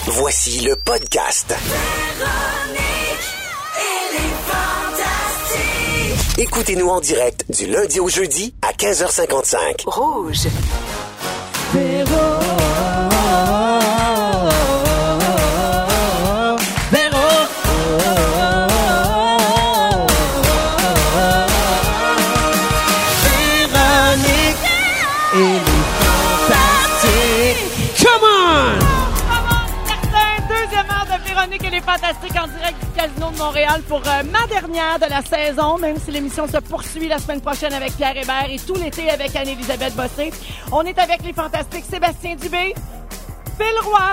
Voici le podcast. Écoutez-nous en direct du lundi au jeudi à 15h55. Rouge. Fantastique en direct du Casino de Montréal pour ma dernière de la saison, même si l'émission se poursuit la semaine prochaine avec Pierre Hébert et tout l'été avec Anne-Élisabeth Bossé. On est avec les Fantastiques Sébastien Dubé, Phil Roy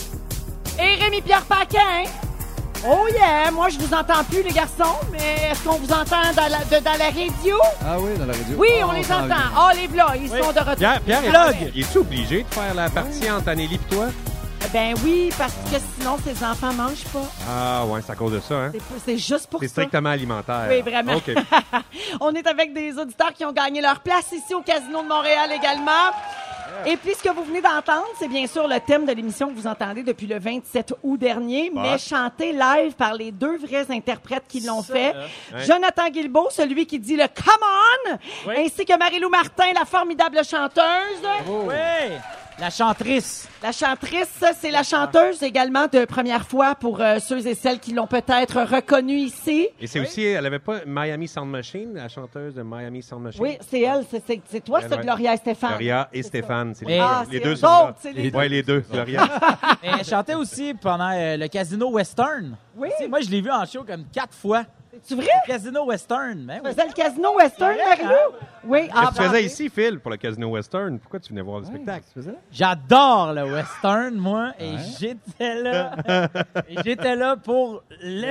et Rémi-Pierre Paquin. Oh yeah! Moi, je vous entends plus, les garçons, mais est-ce qu'on vous entend dans la radio? Ah oui, dans la radio. Oui, on les entend. Ah, les vlogs, ils sont de retour. Pierre, es-tu obligé de faire la partie entre Anneli et toi? Ben oui, parce que sinon, ces enfants mangent pas. Ah ouais, c'est à cause de ça, hein? C'est juste pour ça. C'est strictement alimentaire. Oui, vraiment. OK. On est avec des auditeurs qui ont gagné leur place ici au Casino de Montréal également. Et puis, ce que vous venez d'entendre, c'est bien sûr le thème de l'émission que vous entendez depuis le 27 août dernier, mais chanté live par les deux vrais interprètes qui l'ont fait. Ouais. Jonathan Guilbeault, celui qui dit le « Come on », ainsi que Marie-Lou Martin, la formidable chanteuse. Oh. Oui, la chantrice. La chantrice, c'est la chanteuse également de première fois pour ceux et celles qui l'ont peut-être reconnue ici. Et c'est aussi, elle avait pas Miami Sound Machine, la chanteuse de Miami Sound Machine? Oui, c'est elle. C'est toi, c'est Gloria et Stéphane. Gloria et Stéphane, c'est les deux sont là. Oui, les deux, Gloria. Et elle chantait aussi pendant le Casino Western. Oui. Tu sais, moi, je l'ai vu en show comme 4 fois. C'est vrai? Le Casino Western. Ben, tu faisais le Casino Western, Marie-Lou? Oui. Qu'est-ce que tu faisais ici, Phil, pour le Casino Western? Pourquoi tu venais voir le spectacle? J'adore le Western, moi, et j'étais là. J'étais là pour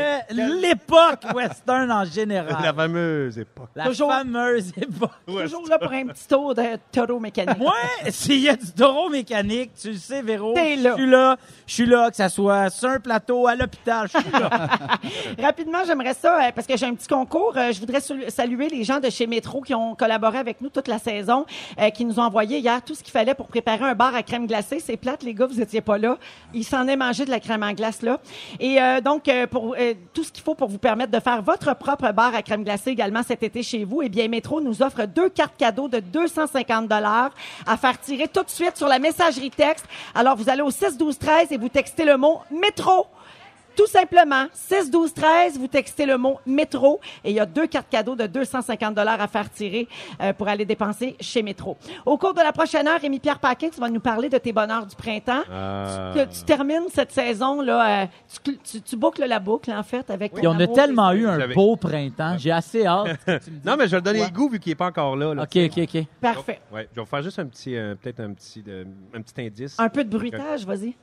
l'époque Western en général. La fameuse époque. Fameuse époque. Toujours là pour un petit tour de taureau mécanique. Moi, s'il y a du taureau mécanique, tu le sais, Véro, t'es là. Je suis là, que ça soit sur un plateau, à l'hôpital, je suis là. Rapidement, j'aimerais ça, parce que j'ai un petit concours. Je voudrais saluer les gens de chez Métro qui ont collaboré avec nous toute la saison, qui nous ont envoyé hier tout ce qu'il fallait pour préparer un bar à crème glacée. C'est plate, les gars, vous étiez pas là. Ils s'en est mangé de la crème en glace, là. Et donc, pour tout ce qu'il faut pour vous permettre de faire votre propre bar à crème glacée également cet été chez vous, eh bien, Métro nous offre 2 cartes cadeaux de 250 $ à faire tirer tout de suite sur la messagerie texte. Alors, vous allez au 6-12-13 et vous textez le mot « Métro ». Tout simplement, 6-12-13, vous textez le mot « métro » et il y a 2 cartes cadeaux de 250 $ à faire tirer pour aller dépenser chez Métro. Au cours de la prochaine heure, Rémi-Pierre Paquin, tu vas nous parler de tes bonheurs du printemps. Tu termines cette saison-là, tu boucles la boucle, en fait, avec ton on a amour. Eu un beau printemps. J'ai assez hâte. Non, mais je vais le donner le goût vu qu'il n'est pas encore là. OK. Parfait. Ouais, je vais faire juste un petit, peut-être un petit indice. Un peu de bruitage, vas-y.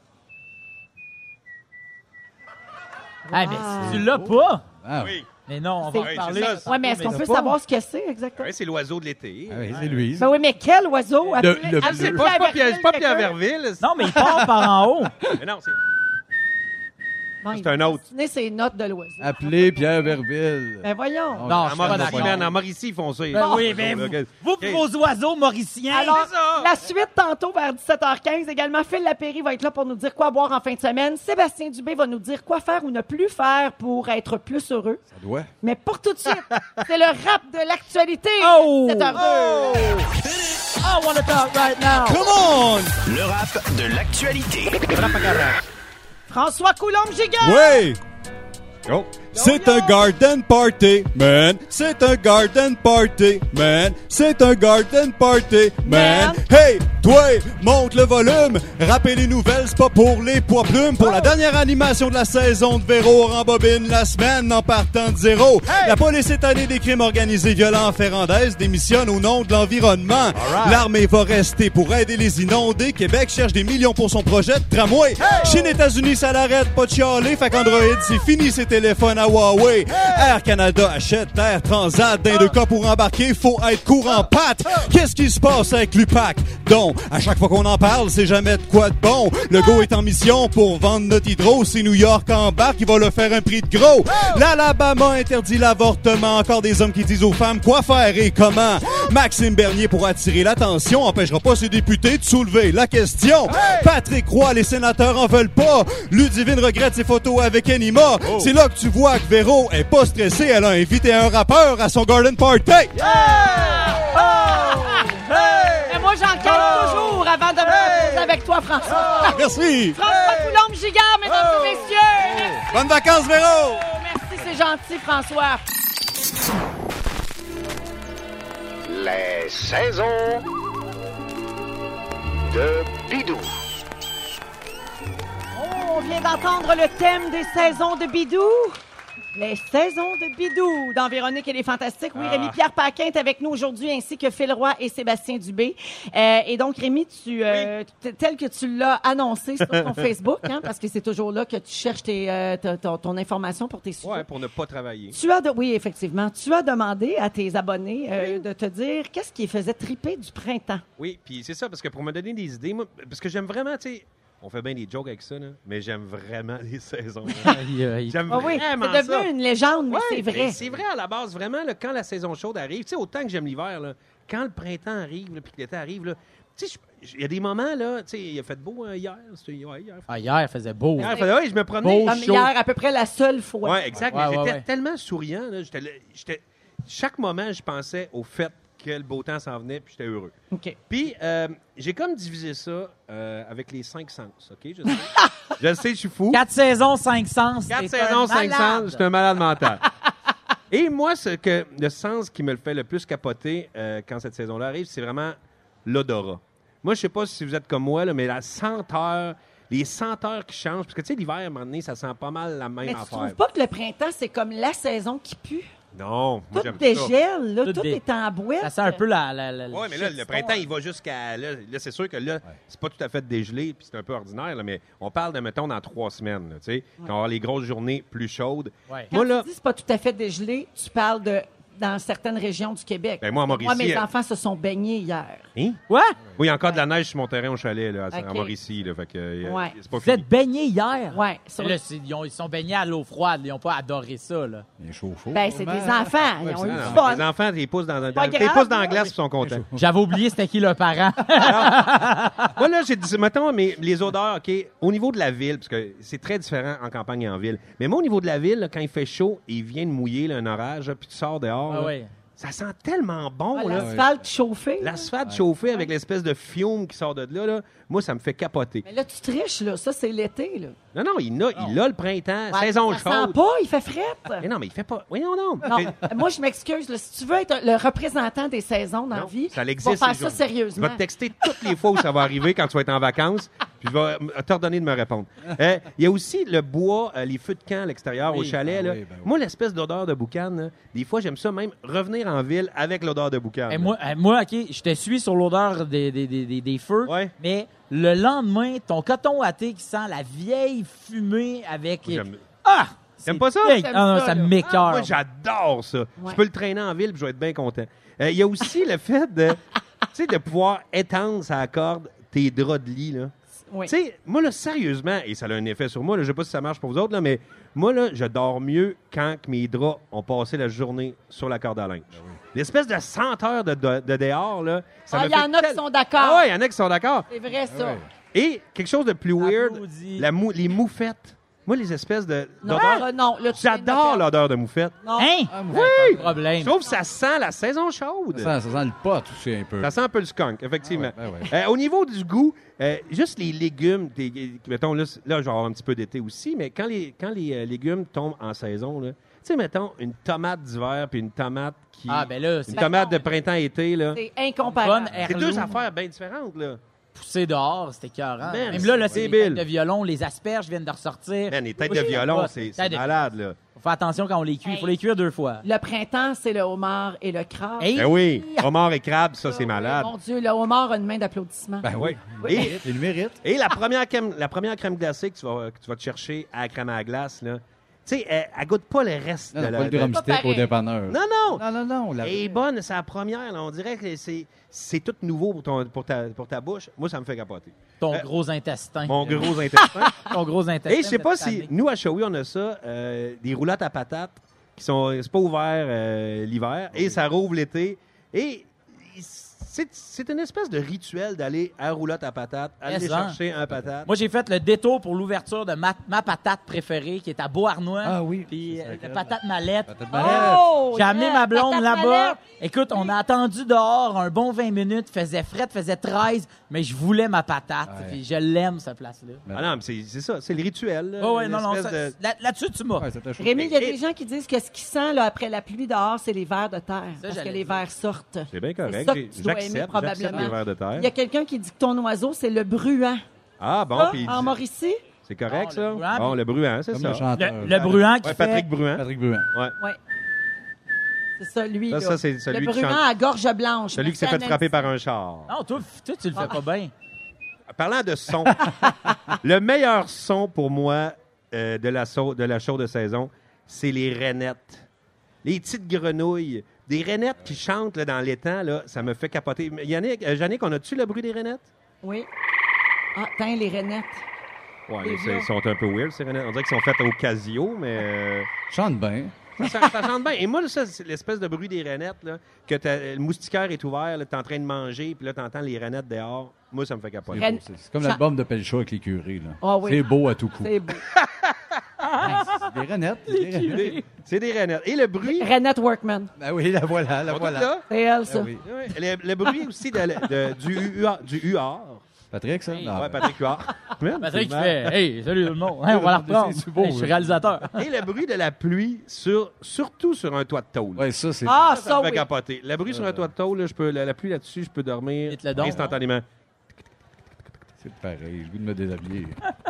Ah, mais tu l'as pas? Ah, oui. Mais non, on va en parler. Oui, mais est-ce qu'on peut savoir ce que c'est exactement? Oui, c'est l'oiseau de l'été. Ah oui, c'est lui. Ben oui, mais quel oiseau? C'est pas Pierre Verville. Non, mais il part par en haut. Mais non, c'est un autre. C'est une note de l'oiseau. Appelez Pierre Verville. Ben voyons. Non, En Mauricie, ils font ça. Ben oui, mais vous puis vos oiseaux mauriciens. Alors, la suite tantôt vers 17h15. Également, Phil Lapéry va être là pour nous dire quoi boire en fin de semaine. Sébastien Dubé va nous dire quoi faire ou ne plus faire pour être plus heureux. Ça doit. Mais pour tout de suite, c'est le rap de l'actualité. Oh! 17h02. I wanna talk right now. Come on! Le rap de l'actualité. François Coulombe-Giguère. Oui! Oh. C'est un garden party, man. C'est un garden party, man. C'est un garden party, man. Hey, toi, monte le volume. Rappelez les nouvelles, c'est pas pour les poids plumes. Pour la dernière animation de la saison de Véro, rembobine la semaine en partant de zéro. La police cette année des crimes organisés violents en Ferrandaise démissionne au nom de l'environnement. L'armée va rester pour aider les inondés. Québec cherche des millions pour son projet de tramway. Chine, États-Unis, ça l'arrête pas de chialer. Fait qu'Android, c'est fini ses téléphones téléphone à Huawei. Air Canada achète Air Transat. D'un deux cas pour embarquer, faut être courant patte. Qu'est-ce qui se passe avec l'UPAC? Donc, à chaque fois qu'on en parle, c'est jamais de quoi de bon. Le go est en mission pour vendre notre hydro. Si New York embarque, il va le faire un prix de gros. L'Alabama interdit l'avortement. Encore des hommes qui disent aux femmes quoi faire et comment. Maxime Bernier, pour attirer l'attention, empêchera pas ses députés de soulever la question. Patrick Roy, les sénateurs en veulent pas. Ludivine regrette ses photos avec Enima. C'est là que tu vois que Véro est pas stressée. Elle a invité un rappeur à son garden party. Et moi, j'enquête toujours avant de me poser avec toi, François. Merci. François Coulombe-Gigard, mesdames et messieurs. Bonnes vacances, Véro. Merci, c'est gentil, François. Les saisons de Bidou. On vient d'entendre le thème des saisons de Bidou. Les saisons de Bidou dans Véronique et les Fantastiques. Oui, Rémi-Pierre Paquin est avec nous aujourd'hui, ainsi que Phil Roy et Sébastien Dubé. Et donc, Rémi, tel que tu l'as annoncé sur ton Facebook, hein, parce que c'est toujours là que tu cherches ton information pour tes sujets. Ouais, pour ne pas travailler. Oui, effectivement. Tu as demandé à tes abonnés de te dire qu'est-ce qui les faisait triper du printemps. Oui, puis c'est ça, parce que pour me donner des idées, moi, parce que j'aime vraiment, tu sais, on fait bien des jokes avec ça, là, mais j'aime vraiment les saisons. J'aime Ah oui, vraiment c'est ça. devenu une légende, mais Ouais, c'est vrai. mais c'est vrai à la base, vraiment, là, quand la saison chaude arrive, tu sais, autant que j'aime l'hiver, là, quand le printemps arrive, là, puis que l'été arrive, là, tu sais, il y a des moments, là, tu sais, il a fait beau hier. Hier. Hier, il faisait beau. Hier, je me promenais. Beau. Comme chaud. hier, à peu près la seule fois. Oui, exact. Ouais, mais j'étais ouais. tellement souriant. Là, chaque moment, je pensais au fait que le beau temps s'en venait, puis j'étais heureux. OK. Puis, j'ai comme divisé ça avec les 5 sens, OK? Je sais, je suis fou. 4 saisons, 5 sens. 4 t'es saisons, un 5 sens, malade. je suis un malade mental. Et moi, le sens qui me le fait le plus capoter quand cette saison-là arrive, c'est vraiment l'odorat. Moi, je sais pas si vous êtes comme moi, là, mais la senteur, les senteurs qui changent, parce que tu sais, l'hiver, à un moment donné, ça sent pas mal la même Mais tu affaire. trouves pas que le printemps, c'est comme la saison qui pue? Non, moi, Tout j'aime ça. dégèle, là, tout Tout est en boîte. Ça sent un peu la Oui, mais là, le printemps, il va jusqu'à... Là, c'est sûr que là, c'est pas tout à fait dégelé, puis c'est un peu ordinaire, là, mais on parle de, mettons, dans 3 semaines, là, tu sais, quand on va avoir les grosses journées plus chaudes. Ouais. Quand Moi, là... tu dis c'est pas tout à fait dégelé, tu parles de dans certaines régions du Québec. Ben, moi, à Mauricie... mes enfants se sont baignés hier. Hein? Quoi? Oui, il y a encore de la neige sur mon terrain au chalet, là, à OK. Mauricie, là, fait que... Ouais. C'est pas Vous fini. êtes baignés hier? Ouais. Mais là, ils sont baignés à l'eau froide. Ils n'ont pas adoré ça, là. Il est chaud. Ben, c'est des enfants. Ils ont eu Non, du non, fun. les enfants, t'es pouces dans Pas t'es grave, pouces dans la là. glace, ils sont contents. J'avais oublié c'était qui le parent. Moi, là, j'ai dit, mettons, mais les odeurs, OK, au niveau de la ville, parce que c'est très différent en campagne et en ville, mais moi, au niveau de la ville, là, quand il fait chaud et il vient de mouiller, là, un orage, là, puis tu sors dehors, Ah là, ouais. ça sent tellement bon, là. L'asphalte chauffé. L'asphalte chauffé avec l'espèce de fiume qui sort de là, moi, ça me fait capoter. Mais là, tu triches, là. Ça, c'est l'été, là. Non, il a le printemps, Ouais, saison ça chaude. sent pas, il fait frette. Mais non, mais il fait pas... Voyons donc. Non, moi, je m'excuse. là. Si tu veux être le représentant des saisons dans la Non, vie, ça tu vas existe, faire ces ça journées. Je sérieusement. vais te texter toutes les fois où ça va arriver quand tu vas être en vacances, puis je vais t'ordonner de me répondre. Il y a aussi le bois, les feux de camp à l'extérieur au chalet. Là. oui, ben oui. Moi, l'espèce d'odeur de boucan, là, des fois, j'aime ça même revenir en ville avec l'odeur de boucan. Et moi, OK, je te suis sur l'odeur des feux, Ouais. mais le lendemain, ton coton watté qui sent la vieille fumée avec... J'aime- Ah! T'aimes C'est pas ça? dingue. T'aimes Ah non, ça, ça là. m'écoeure. Moi, j'adore ça. Ouais. Je peux le traîner en ville, puis je vais être bien content. Il y a aussi le fait de, tu sais, de pouvoir étendre sa corde tes draps de lit, là. Oui. Tu sais, moi, là, sérieusement, et ça a un effet sur moi, là, je sais pas si ça marche pour vous autres, là, mais moi, là, je dors mieux quand que mes draps ont passé la journée sur la corde à linge. L'espèce de senteur de dehors, là, ça me Il y fait en a qui sont d'accord. Ah ouais, il y en a qui sont d'accord. C'est vrai, ça. Et quelque chose de plus weird, Applaudis. les moufettes. Moi, les espèces Non, d'odeur, non, là, tu viens de j'adore me l'odeur de moufette. Non. Hein? Oui! Pas de problème. Je trouve que ça sent la saison chaude. Ça sent le pot aussi un peu. Ça sent un peu le skunk, effectivement. Ah ouais, ben Au niveau du goût, juste les légumes, mettons, là, je vais avoir un petit peu d'été aussi, mais quand les légumes tombent en saison, là, tu sais, mettons, une tomate d'hiver puis une tomate qui... Ah, ben là, une c'est tomate de printemps-été, là. C'est incomparable. bonne C'est deux heirloom. affaires bien différentes, là. Poussé dehors, c'était écœurant. Man, Même là, c'est c'est les débile. têtes de violon, les asperges viennent de ressortir. Man, les têtes Moi, de je violon, capote. c'est Têtes de- malade, là. Faut faire attention quand on les cuit. Il faut les cuire 2 fois. Le printemps, c'est le homard et le crabe. Hey! Ben oui, homard et crabe, ça, c'est Oh, malade. Mon Dieu, le homard a une main d'applaudissement. Ben oui. Et, Il le mérite. et la première crème glacée que tu vas te chercher à la crème à glace, là, tu sais, elle goûte pas le reste de Non, la... pas le de- drumstick pareil. au dépanneur. Non! Non. Elle est bonne, c'est la première. Là. On dirait que c'est tout nouveau pour ta bouche. Moi, ça me fait capoter. Ton gros intestin. Mon gros intestin. Ton gros intestin. Et je sais pas cette si... année. Nous, à Shawi, on a ça, des roulottes à patates qui sont... C'est pas ouvert l'hiver. Et ça rouvre l'été. Et... C'est une espèce de rituel d'aller à roulotte à patates, aller Mais ça. chercher un patate. Moi, j'ai fait le détour pour l'ouverture de ma patate préférée, qui est à Beauharnois. Ah oui. Puis C'est la sacré. patate mallette. Patate mallette. Oh, J'ai amené yeah, ma blonde patate là-bas. mallette. Écoute, on a attendu dehors un bon 20 minutes. Faisait fret, faisait 13, mais je voulais ma patate. Ouais. Puis je l'aime, cette place-là. Ah non, mais c'est ça, c'est le rituel. là, Oh, ouais, non, l'espèce ça- de- là-dessus, tu m'as. Ouais, c'était chaud. Rémi, il y a des gens qui disent que ce qui sent là, après la pluie dehors, c'est les vers de terre. Ça, parce que j'allais les dire. vers sortent. C'est bien C'est correct. ça que tu dois aimer, J'accepte probablement. les vers de terre. Il y a quelqu'un qui dit que ton oiseau, c'est le bruant. Ah bon, Ça, puis il en dit- Mauricie? c'est correct, Bon, ça? le bruant, Bon, le bruant, c'est Comme ça. le chanteur. Le bruant qui Ouais, fait... Patrick Bruant. Patrick Bruant. Ouais. Oui. C'est ça, lui. Ça, là. c'est celui le qui bruant chante- à gorge blanche. Celui qui s'est Merci fait à frapper Nancy. par un char. Non, toi, tu le fais pas bien. Parlant de son, le meilleur son pour moi de la chaude de saison, c'est les rainettes. Les petites grenouilles. Des rainettes qui chantent là, dans l'étang, là, ça me fait capoter. Yannick, on a-tu le bruit des rainettes? Oui. Ah, tiens, les rainettes. Ouais, Les mais vieux. ils sont un peu weird, ces rainettes. On dirait qu'ils sont faites au Casio, mais... Chante bien. Ça chante bien. Et moi, ça, c'est l'espèce de bruit des rainettes, là, que le moustiquaire est ouvert, tu es en train de manger, puis là, tu entends les rainettes dehors. Moi, ça me fait capoter. Reine- C'est comme l'album de Pelcha avec les curés. Là. Ah oui. C'est beau à tout coup. C'est beau. Des rainettes. Des rainettes. C'est des rainettes. Et le bruit... Rainette Workman. Ben oui, la voilà, la Sont voilà. toutes là? C'est elle, ça. Ben oui. Ouais, le bruit aussi du UR. Patrick, ça? Oui. Non, Ouais, ben, Patrick Huard. Patrick qui fait « Hey, salut tout le monde. Hey, on va la reprendre. C'est beau, Hey, je suis oui. réalisateur. Et le bruit de la pluie, surtout sur un toit de tôle. Ouais, ça, c'est... Ah, Ça ça, me fait oui. capoter. Le bruit sur un toit de tôle, là, la pluie là-dessus, je peux dormir Vite le don, instantanément. C'est pareil. J'ai le goût de me déshabiller.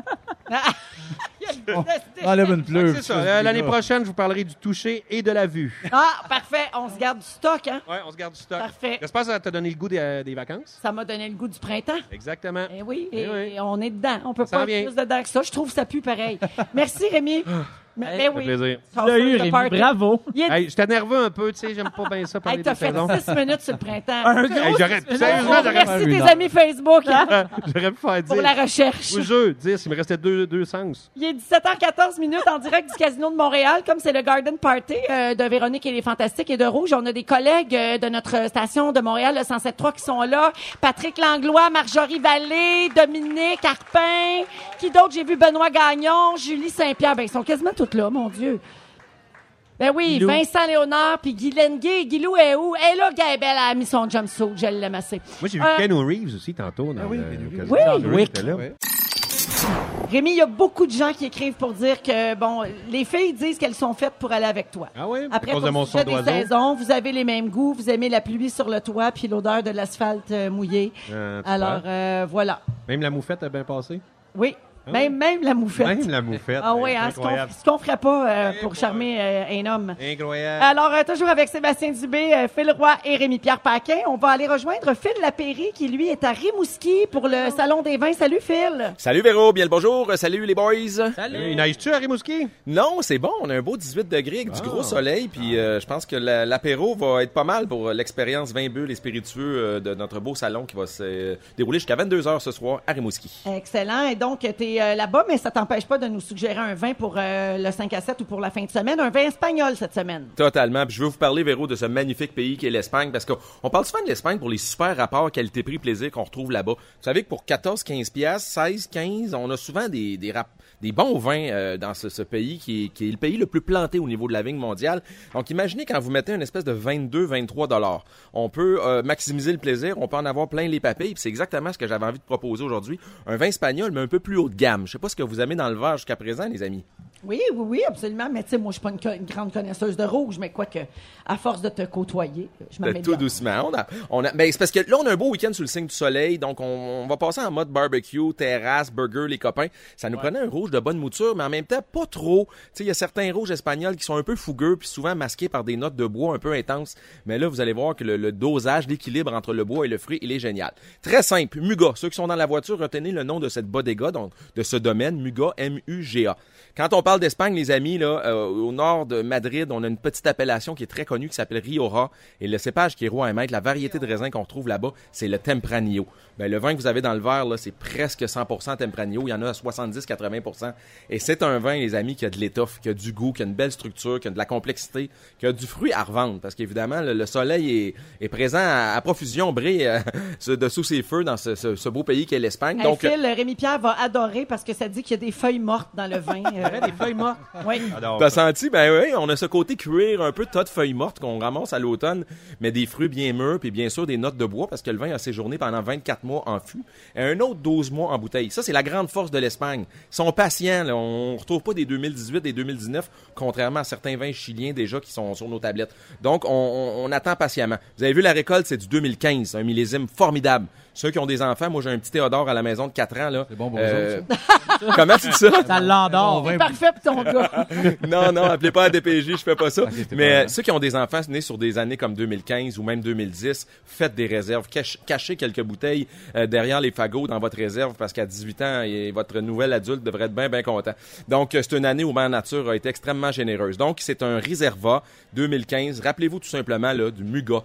Il y a le business des- Enlève une pleuve. C'est ça. L'année prochaine, je vous parlerai du toucher et de la vue. Ah, parfait. On se garde du stock, hein? Ouais, on se garde du stock. Parfait. J'espère que ça t'a donné le goût des vacances. Ça m'a donné le goût du printemps. Exactement. Eh oui, Eh et oui. on est dedans. On peut Ça pas vient. être plus dedans que ça. Je trouve que ça pue pareil. Merci, Rémi. Ben Hey, Ça fait oui. plaisir. Tu l'as eu, Le Rémi. party. Bravo. Il est- Hey, j'étais nerveux un peu, tu sais, j'aime pas bien ça parler Hey, de t'as fait saison. 6 minutes sur le printemps. Un Hey, gros... sérieusement, On j'aurais remercie une tes heure. amis Facebook hein, pu faire pour dire. la recherche. Ou jeu, 10, il me restait deux sens. Il est 17h14 minutes en direct du Casino de Montréal, comme c'est le Garden Party de Véronique et les Fantastiques et de Rouge. On a des collègues de notre station de Montréal, le 107.3, qui sont là. Patrick Langlois, Marjorie Vallée, Dominique Arpin. Qui d'autre? J'ai vu Benoît Gagnon, Julie Saint-Pierre. Ben, ils sont quasiment tous là, mon Dieu. Ben oui, Guilou. Vincent Léonard, puis Guylaine Gay. Guilou est où? Elle est là, Gaëbelle, elle a mis son jumpsuit. Je l'aime assez. Moi, j'ai vu Euh, Ken Reeves aussi tantôt. Dans oui, le- Ken au Reeves. casino. Oui. John Wick Wick. était là. Ouais. Rémi, il y a beaucoup de gens qui écrivent pour dire que, bon, les filles disent qu'elles sont faites pour aller avec toi. Ah oui? Après, à cause de pour mon le son sujet des d'oiseau. saisons, vous avez les mêmes goûts. Vous aimez la pluie sur le toit puis l'odeur de l'asphalte mouillé. Tu Alors, vois. voilà. Même la moufette a bien passé? Oui, Ah même la moufette. Même la moufette. Ah oui, c'est hein, incroyable. ce qu'on ferait pas Eh pour boy. charmer un homme. Incroyable. Alors, toujours avec Sébastien Dubé, Phil Roy et Rémi-Pierre Paquin, on va aller rejoindre Phil Lapéry, qui, lui, est à Rimouski pour le Salon des vins. Salut, Phil! Salut Véro, bien le bonjour. Salut les boys. Salut. Il neige-tu à Rimouski? Non, c'est bon, on a un beau 18 degrés avec du gros soleil, puis je pense que l'apéro va être pas mal pour l'expérience vin bulles et spiritueux de notre beau salon qui va se dérouler jusqu'à 22h ce soir à Rimouski. Excellent. Et donc, tu es là-bas, mais ça t'empêche pas de nous suggérer un vin pour le 5 à 7 ou pour la fin de semaine. Un vin espagnol cette semaine. Totalement. Puis je veux vous parler, Véro, de ce magnifique pays qu'est l'Espagne, parce qu'on parle souvent de l'Espagne pour les super rapports qualité-prix-plaisir qu'on retrouve là-bas. Vous savez que pour 14-15 piastres, 16-15, on a souvent des bons vins dans ce pays qui est le pays le plus planté au niveau de la vigne mondiale. Donc imaginez quand vous mettez une espèce de 22-23 $. On peut maximiser le plaisir, on peut en avoir plein les papilles, puis c'est exactement ce que j'avais envie de proposer aujourd'hui. Un vin espagnol, mais un peu plus haut de gamme. Je sais pas ce que vous aimez dans le verre jusqu'à présent, les amis. Oui, absolument. Mais tu sais, moi, je suis pas une grande connaisseuse de rouge, mais quoique, à force de te côtoyer, je Tout m'améliore. doucement. Ben, c'est parce que là, on a un beau week-end sous le signe du soleil, donc on va passer en mode barbecue, terrasse, burger, les copains. Ça nous prenait un rouge de bonne mouture, mais en même temps, pas trop. Tu sais, il y a certains rouges espagnols qui sont un peu fougueux, puis souvent masqués par des notes de bois un peu intenses. Mais là, vous allez voir que le dosage, l'équilibre entre le bois et le fruit, il est génial. Très simple. Muga. Ceux qui sont dans la voiture, retenez le nom de cette bodega, donc de ce domaine, Muga, M-U-G-A. Quand on parle d'Espagne, les amis, là, au nord de Madrid, on a une petite appellation qui est très connue qui s'appelle Rioja. Et le cépage qui est roi à mettre, la variété de raisin qu'on retrouve là-bas, c'est le Tempranillo. Ben, le vin que vous avez dans le verre, là, c'est presque 100% Tempranillo. Il y en a à 70-80%. Et c'est un vin, les amis, qui a de l'étoffe, qui a du goût, qui a une belle structure, qui a de la complexité, qui a du fruit à revendre. Parce qu'évidemment, le soleil est présent à profusion, brille dessous ses feux dans ce beau pays qu'est l'Espagne. Donc, Phil, Rémi-Pierre va adorer parce que ça dit qu'il y a des feuilles mortes dans le vin. Des feuilles mortes? Oui. T'as senti? Ben oui, on a ce côté cuir, un peu de tas de feuilles mortes qu'on ramasse à l'automne, mais des fruits bien mûrs, puis bien sûr des notes de bois, parce que le vin a séjourné pendant 24 mois en fût, et un autre 12 mois en bouteille. Ça, c'est la grande force de l'Espagne. Ils sont patients, là. On retrouve pas des 2018, des 2019, contrairement à certains vins chiliens déjà qui sont sur nos tablettes. Donc, on attend patiemment. Vous avez vu la récolte, c'est du 2015, un millésime formidable. Ceux qui ont des enfants, moi j'ai un petit Théodore à la maison de 4 ans, là. C'est bon pour eux autres, ça. Comment tu dis ça? Ça l'endort. C'est parfait pour ton gars. Non, appelez pas à DPJ, je fais pas ça. Okay, mais pas ceux qui ont des enfants nés sur des années comme 2015 ou même 2010, faites des réserves. Cachez quelques bouteilles derrière les fagots dans votre réserve parce qu'à 18 ans, votre nouvel adulte devrait être bien content. Donc, c'est une année où Mère Nature a été extrêmement généreuse. Donc, c'est un Reserva 2015. Rappelez-vous tout simplement là, du Muga,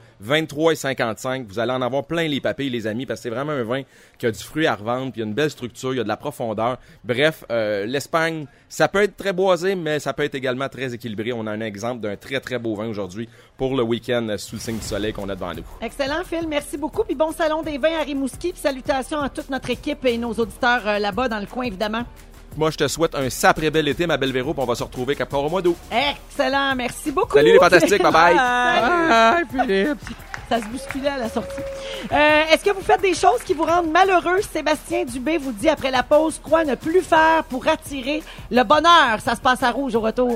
23,55. Vous allez en avoir plein les papilles, les amis, parce que c'est vraiment un vin qui a du fruit à revendre, puis il y a une belle structure, il y a de la profondeur. Bref, l'Espagne, ça peut être très boisé, mais ça peut être également très équilibré. On a un exemple d'un très, très beau vin aujourd'hui pour le week-end sous le signe du soleil qu'on a devant nous. Excellent, Phil. Merci beaucoup. Puis bon salon des vins à Rimouski. Puis salutations à toute notre équipe et nos auditeurs là-bas dans le coin, évidemment. Moi, je te souhaite un sacré bel été, ma belle Véro, puis on va se retrouver quelque part au mois d'août. Excellent. Merci beaucoup. Salut les fantastiques. Bye-bye. Bye, Philippe. Ça se bousculait à la sortie. Est-ce que vous faites des choses qui vous rendent malheureux? Sébastien Dubé vous dit après la pause quoi ne plus faire pour attirer le bonheur. Ça se passe à Rouge au retour.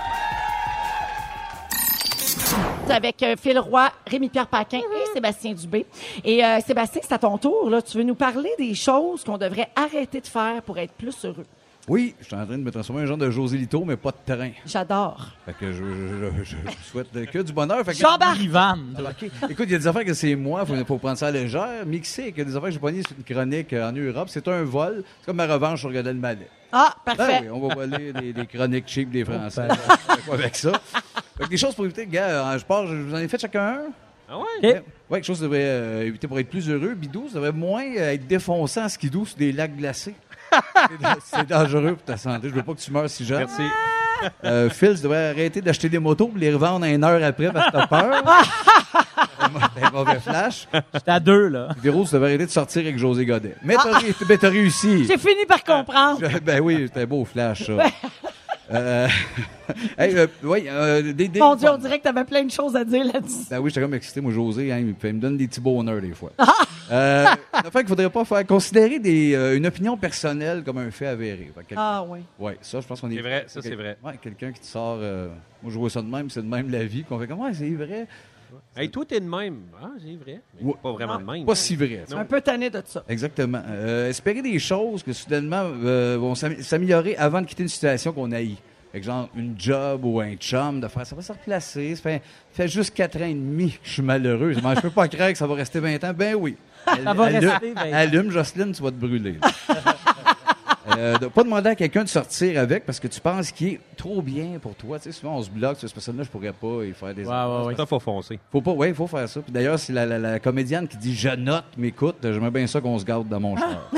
Avec Phil Roy, Rémi-Pierre Paquin et Sébastien Dubé. Et Sébastien, c'est à ton tour. Là. Tu veux nous parler des choses qu'on devrait arrêter de faire pour être plus heureux? Oui, je suis en train de me transformer en un genre de José Lito, mais pas de terrain. J'adore. Fait que je souhaite que du bonheur. Fait que... J'embarque. Ivan. OK. Écoute, il y a des affaires que c'est moi, faut prendre ça à légère. Mixer avec des affaires que j'ai pognées sur une chronique en Europe, c'est un vol. C'est comme ma revanche sur Gad Elmaleh. Ah, parfait. Ben oui, on va voler des chroniques cheap des Français. Quoi avec ça? Fait que des choses pour éviter, gars, je vous en ai fait chacun un. Ah ouais? Okay. Ouais, quelque chose que vous devrait éviter pour être plus heureux. Bidou, ça devrait moins être défoncé en skidoo sur des lacs glacés. C'est dangereux pour ta santé. Je veux pas que tu meurs si jeune. Merci. Phil, tu devrais arrêter d'acheter des motos pour les revendre 1 heure après parce que t'as peur. Un mauvais flash. J'étais à 2, là. Véro, tu devrais arrêter de sortir avec José Godet. Mais t'as réussi. J'ai fini par comprendre. Ben oui, c'était un beau flash, ça. Mon Dieu, on dirait que t'avais plein de choses à dire là-dessus. Ben oui, j'étais comme excité, moi, José, hein, il me donne des petits bonheurs des fois. Une affaire qu'il faudrait pas faire, considérer une opinion personnelle comme un fait avéré. Ah oui. Oui, ça, je pense qu'on est... C'est vrai, ça, c'est vrai. Ouais, quelqu'un qui te sort... moi, je vois ça de même, c'est de même la vie, qu'on fait comme, ouais, c'est vrai. Hey, toi, t'es de même. Ah, c'est vrai. Mais pas vraiment de même. Pas si vrai. Un peu tanné de ça. Exactement. Espérer des choses que soudainement vont s'améliorer avant de quitter une situation qu'on haït. Exemple, une job ou un chum, de faire ça va se replacer. Ça fait juste 4 ans et demi que je suis malheureux. Je peux pas croire que ça va rester 20 ans. Ben oui. Ça va rester 20 ans. Allume, Jocelyne, tu vas te brûler. De pas demander à quelqu'un de sortir avec parce que tu penses qu'il est trop bien pour toi. Tu sais, souvent, on se bloque sur cette personne-là, je pourrais pas y faire des Ouais. Ça, faut foncer. faut faire ça. Puis d'ailleurs, c'est la comédienne qui dit « Je note, m'écoute », j'aimerais bien ça qu'on se garde dans mon char.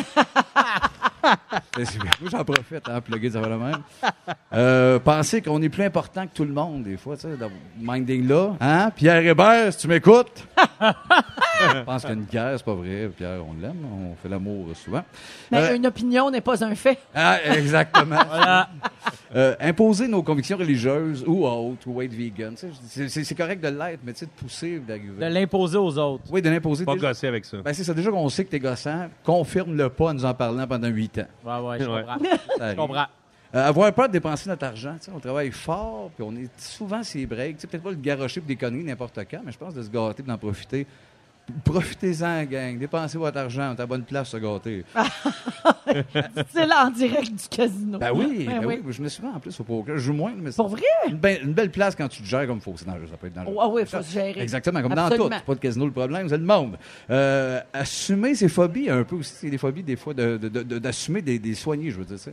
Moi, j'en profite, hein, plugger ça va le même. Penser qu'on est plus important que tout le monde, des fois, tu sais, dans minding là. Hein? Pierre Hébert, si tu m'écoutes. Je pense qu'une guerre, c'est pas vrai. Pierre, on l'aime, on fait l'amour souvent. Mais une opinion n'est pas un fait. Ah, exactement. Voilà. Imposer nos convictions religieuses ou autres, ou être vegan. C'est correct de l'être, mais tu sais, de pousser, d'arriver. De l'imposer aux autres. Oui, de l'imposer. Pas déjà. gosser avec ça. Ben, c'est ça. Déjà qu'on sait que t'es gossant, confirme-le pas en nous en parlant pendant 8 ans. Ouais, je comprends. Ça arrive. Je comprends. Avoir peur de dépenser notre argent. Tu sais, on travaille fort, puis on est souvent sur les breaks. Tu sais, peut-être pas le garrocher pour des conneries n'importe quand, mais je pense de se gâter et d'en profiter. Profitez-en, gang. Dépensez votre argent. On est à bonne place pour se gâter. C'est là en direct du casino. Ben oui, Ben oui. Je me souviens en plus au poker. Je joue moins, mais Pour vrai? une belle place quand tu te gères comme il faut. C'est dangereux, ça peut être dangereux. Ah oui, il faut se gérer. Exactement, comme Absolument. dans tout. C'est pas le casino le problème, c'est le monde. Assumer ses phobies un peu aussi. C'est des phobies, des fois, d'assumer des soignés, je veux dire ça.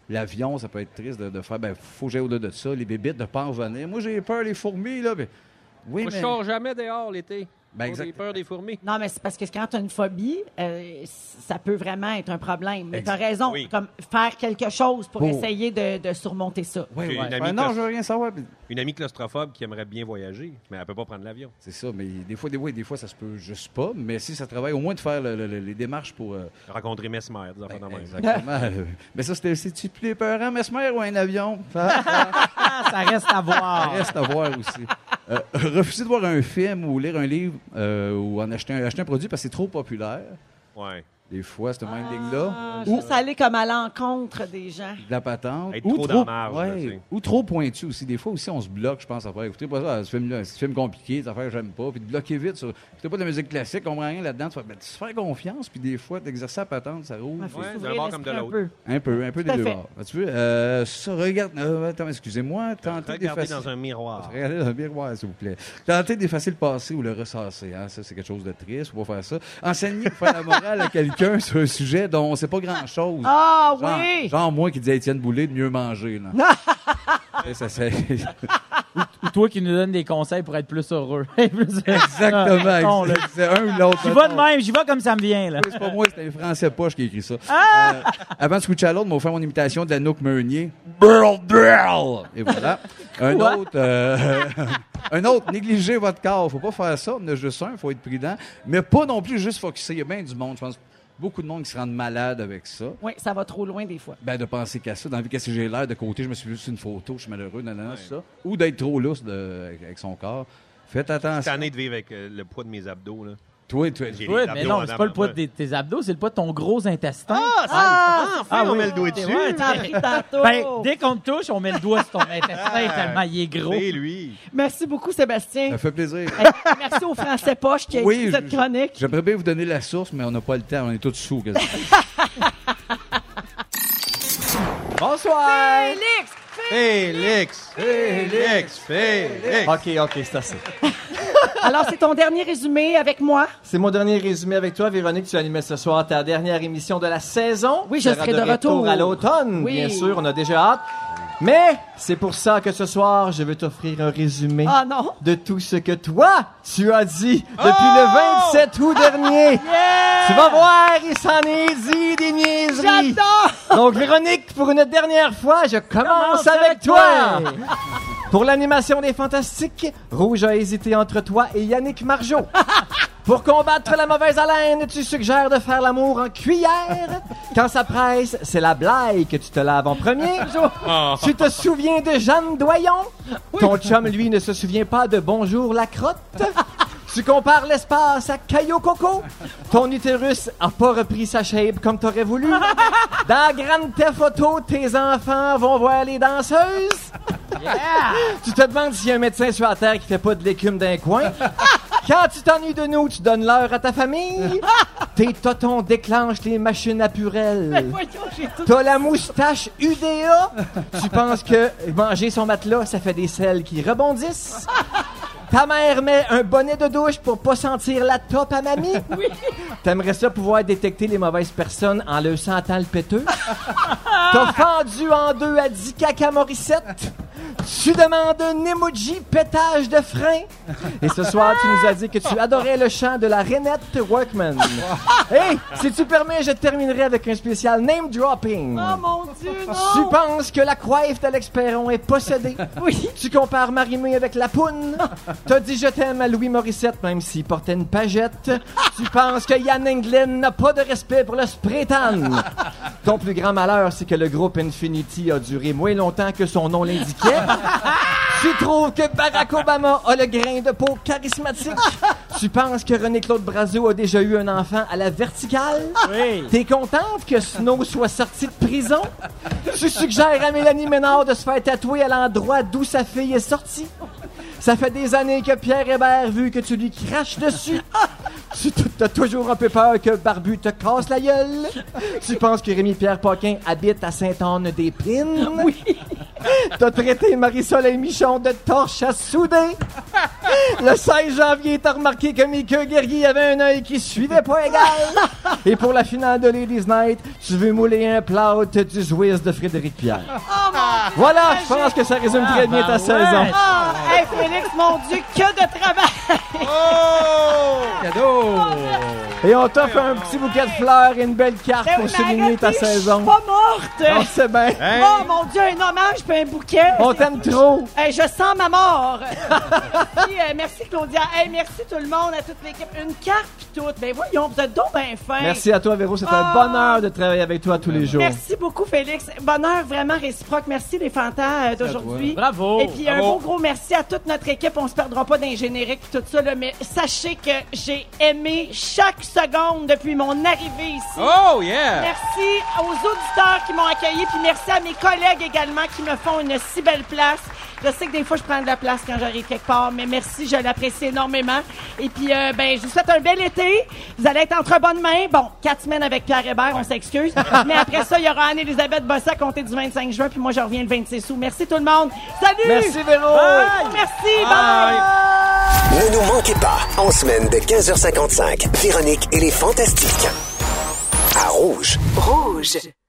l'avion, ça peut être triste de faire, faut que j'aille au-delà de ça, les bébites, de ne pas en venir. Moi, j'ai peur des fourmis, là. Mais... Oui, Moi, je sors jamais dehors l'été. J'ai peur des fourmis. Non, mais c'est parce que quand tu as une phobie, ça peut vraiment être un problème. Mais tu as raison, comme faire quelque chose pour essayer de surmonter ça. Oui. Non, je veux rien savoir. Une amie claustrophobe qui aimerait bien voyager, mais elle peut pas prendre l'avion. C'est ça, mais des fois, ça se peut juste pas. Mais si ça travaille, au moins de faire les démarches pour... Rencontrer Mesmer, des affaires de même. Exactement. Mais ça, c'est-tu plus épeurant, Mesmer, ou un avion? Ça reste à voir. Ça reste à voir aussi. Refuser de voir un film ou lire un livre ou en acheter un produit parce que c'est trop populaire. Ouais. Des fois, ce minding-là. Ou ça aller comme à l'encontre des gens. De la patente. Être trop dans la marge. Ou trop pointu aussi. Des fois aussi, on se bloque, je pense, après. Écoutez pas ça, ce film compliqué, cette affaire, j'aime pas. Puis de bloquer vite. Écoutez pas de la musique classique, on comprend rien là-dedans. Tu fais confiance, puis des fois, d'exercer la patente, ça roule. d'un bord comme de l'autre. Un peu des deux bords. Tu veux, ça, regarde. Attends, excusez-moi. Regardez dans un miroir. Regardez dans un miroir, s'il vous plaît. Tentez d'effacer le passé ou le ressasser. Hein? Ça, c'est quelque chose de triste. Faut pas faire ça. Enseigner pour faire la morale à quelqu'un sur un sujet dont on ne sait pas grand-chose. Ah oui! Genre moi qui disais à Étienne Boulay de mieux manger. Là. Ou toi qui nous donnes des conseils pour être plus heureux. Exactement. C'est un ou l'autre. J'y vais comme ça me vient. Là. C'est pas moi, c'est un Français poche qui a écrit ça. Avant de switcher à l'autre, on va faire mon imitation d'Anouk Meunier. Burl! Et voilà. Un autre, négligez votre corps. Faut pas faire ça. On en a juste un, faut être prudent. Mais pas non plus juste focusser. Il y a bien du monde, je pense. Beaucoup de monde qui se rendent malade avec ça. Oui, ça va trop loin des fois. De penser qu'à ça. Dans la vie, qu'est-ce que j'ai l'air de côté, je me suis vu sur une photo, je suis malheureux, ça. Ou d'être trop lousse avec son corps. Faites attention. Cette année de vivre avec le poids de mes abdos, là. Toi, mais non, c'est pas le poids de tes abdos, c'est le poids de ton gros intestin. On met le doigt dessus. Dès qu'on te touche, on met le doigt sur ton intestin tellement il est gros. C'est lui. Merci beaucoup, Sébastien. Ça fait plaisir. Merci au Français Poche qui a écrit cette chronique. J'aimerais bien vous donner la source, mais on n'a pas le temps. On est tous sous. Bonsoir! Félix! OK, c'est assez. Alors, c'est ton dernier résumé avec moi. C'est mon dernier résumé avec toi, Véronique. Tu animais ce soir ta dernière émission de la saison. Oui, je serai de retour à l'automne, bien sûr. On a déjà hâte. Mais c'est pour ça que ce soir, je vais t'offrir un résumé de tout ce que toi, tu as dit depuis le 27 août dernier. Yeah! Tu vas voir, il s'en est dit des niaiseries. J'adore! Donc, Véronique, pour une dernière fois, je commence avec toi. Pour l'animation des Fantastiques, Rouge a hésité entre toi et Yannick Margeau. Pour combattre la mauvaise haleine, tu suggères de faire l'amour en cuillère. Quand ça presse, c'est la blague que tu te laves en premier. Tu te souviens de Jeanne Doyon? Ton chum, lui, ne se souvient pas de Bonjour la crotte. Tu compares l'espace à Caillou Coco. Ton utérus a pas repris sa shape comme t'aurais voulu. Dans Grande Theft Auto, tes enfants vont voir les danseuses. Tu te demandes s'il y a un médecin sur la terre qui fait pas de l'écume d'un coin. Quand tu t'ennuies de nous, tu donnes l'heure à ta famille. Tes totons déclenchent les machines à purelles. T'as la moustache UDA. Tu penses que manger son matelas, ça fait des selles qui rebondissent. Ta mère met un bonnet de douche pour pas sentir la top à mamie. Oui. T'aimerais ça pouvoir détecter les mauvaises personnes en leur sentant le péteux. T'as fendu en deux à 10 caca Morissette. Tu demandes un emoji pétage de frein. Et ce soir, tu nous as dit que tu adorais le chant de la Renette Workman. Hey, si tu permets, je terminerai avec un spécial name dropping. Oh mon Dieu, non! Tu penses que la coiffe d'Alex Perron est possédée. Oui. Tu compares Marie-Mé avec la poune. T'as dit je t'aime à Louis Morissette, même s'il portait une pagette. Tu penses que Yann Englund n'a pas de respect pour le spray-tan. Ton plus grand malheur, c'est que le groupe Infinity a duré moins longtemps que son nom l'indiquait. Tu trouves que Barack Obama a le grain de peau charismatique. Tu penses que René-Claude Brazeau a déjà eu un enfant à la verticale. Oui. T'es contente que Snow soit sorti de prison. Tu suggères à Mélanie Ménard de se faire tatouer à l'endroit d'où sa fille est sortie. Ça fait des années que Pierre Hébert, vu que tu lui craches dessus. Tu t'as toujours un peu peur que Barbu te casse la gueule. Tu penses que Rémi-Pierre Paquin habite à Sainte-Anne-des-Pines. Oui. T'as traité Marie-Soleil Michon de torche à souder. Le 16 janvier, t'as remarqué que Mickey Guerrier avait un œil qui suivait pas égal. Et pour la finale de Ladies Night, tu veux mouler un plâtre du Zwiz de Frédéric Pierre. Oh, mon Dieu, Voilà, je pense que ça résume très bien ta saison. Ah, hey, Félix, mon Dieu, que de travail! Cadeau! Et on t'offre un petit bouquet de fleurs et une belle carte Ben pour oui, mais souligner ta arrêtez, saison. Je suis pas morte! On sait bien. Oh mon Dieu, un hommage puis un bouquet. On t'aime trop. Hey, je sens ma mort. Merci Claudia. Hey, merci tout le monde, à toute l'équipe. Une carte puis tout. Ben voyons, vous êtes donc bien fin. Merci à toi, Véro. C'est un bonheur de travailler avec toi tous les jours. Merci beaucoup, Félix. Bonheur vraiment réciproque. Merci les fantas d'aujourd'hui. Bravo. Et puis un gros merci à toute notre équipe. On se perdra pas dans les génériques et tout ça, là, mais sachez que j'ai aimé chaque seconde depuis mon arrivée ici. Oh, yeah! Merci aux auditeurs qui m'ont accueilli, puis merci à mes collègues également qui me font une si belle place. Je sais que des fois, je prends de la place quand j'arrive quelque part, mais merci, je l'apprécie énormément. Et puis, je vous souhaite un bel été. Vous allez être entre bonnes mains. Bon, 4 semaines avec Pierre Hébert, on s'excuse. Mais après ça, il y aura Anne-Élisabeth Bossé à compter du 25 juin, puis moi, je reviens le 26 août. Merci tout le monde. Salut! Merci, Véro. Bye! Merci, bye! Ne nous manquez pas, en semaine de 15h55, Véronique et les Fantastiques. À Rouge. Rouge.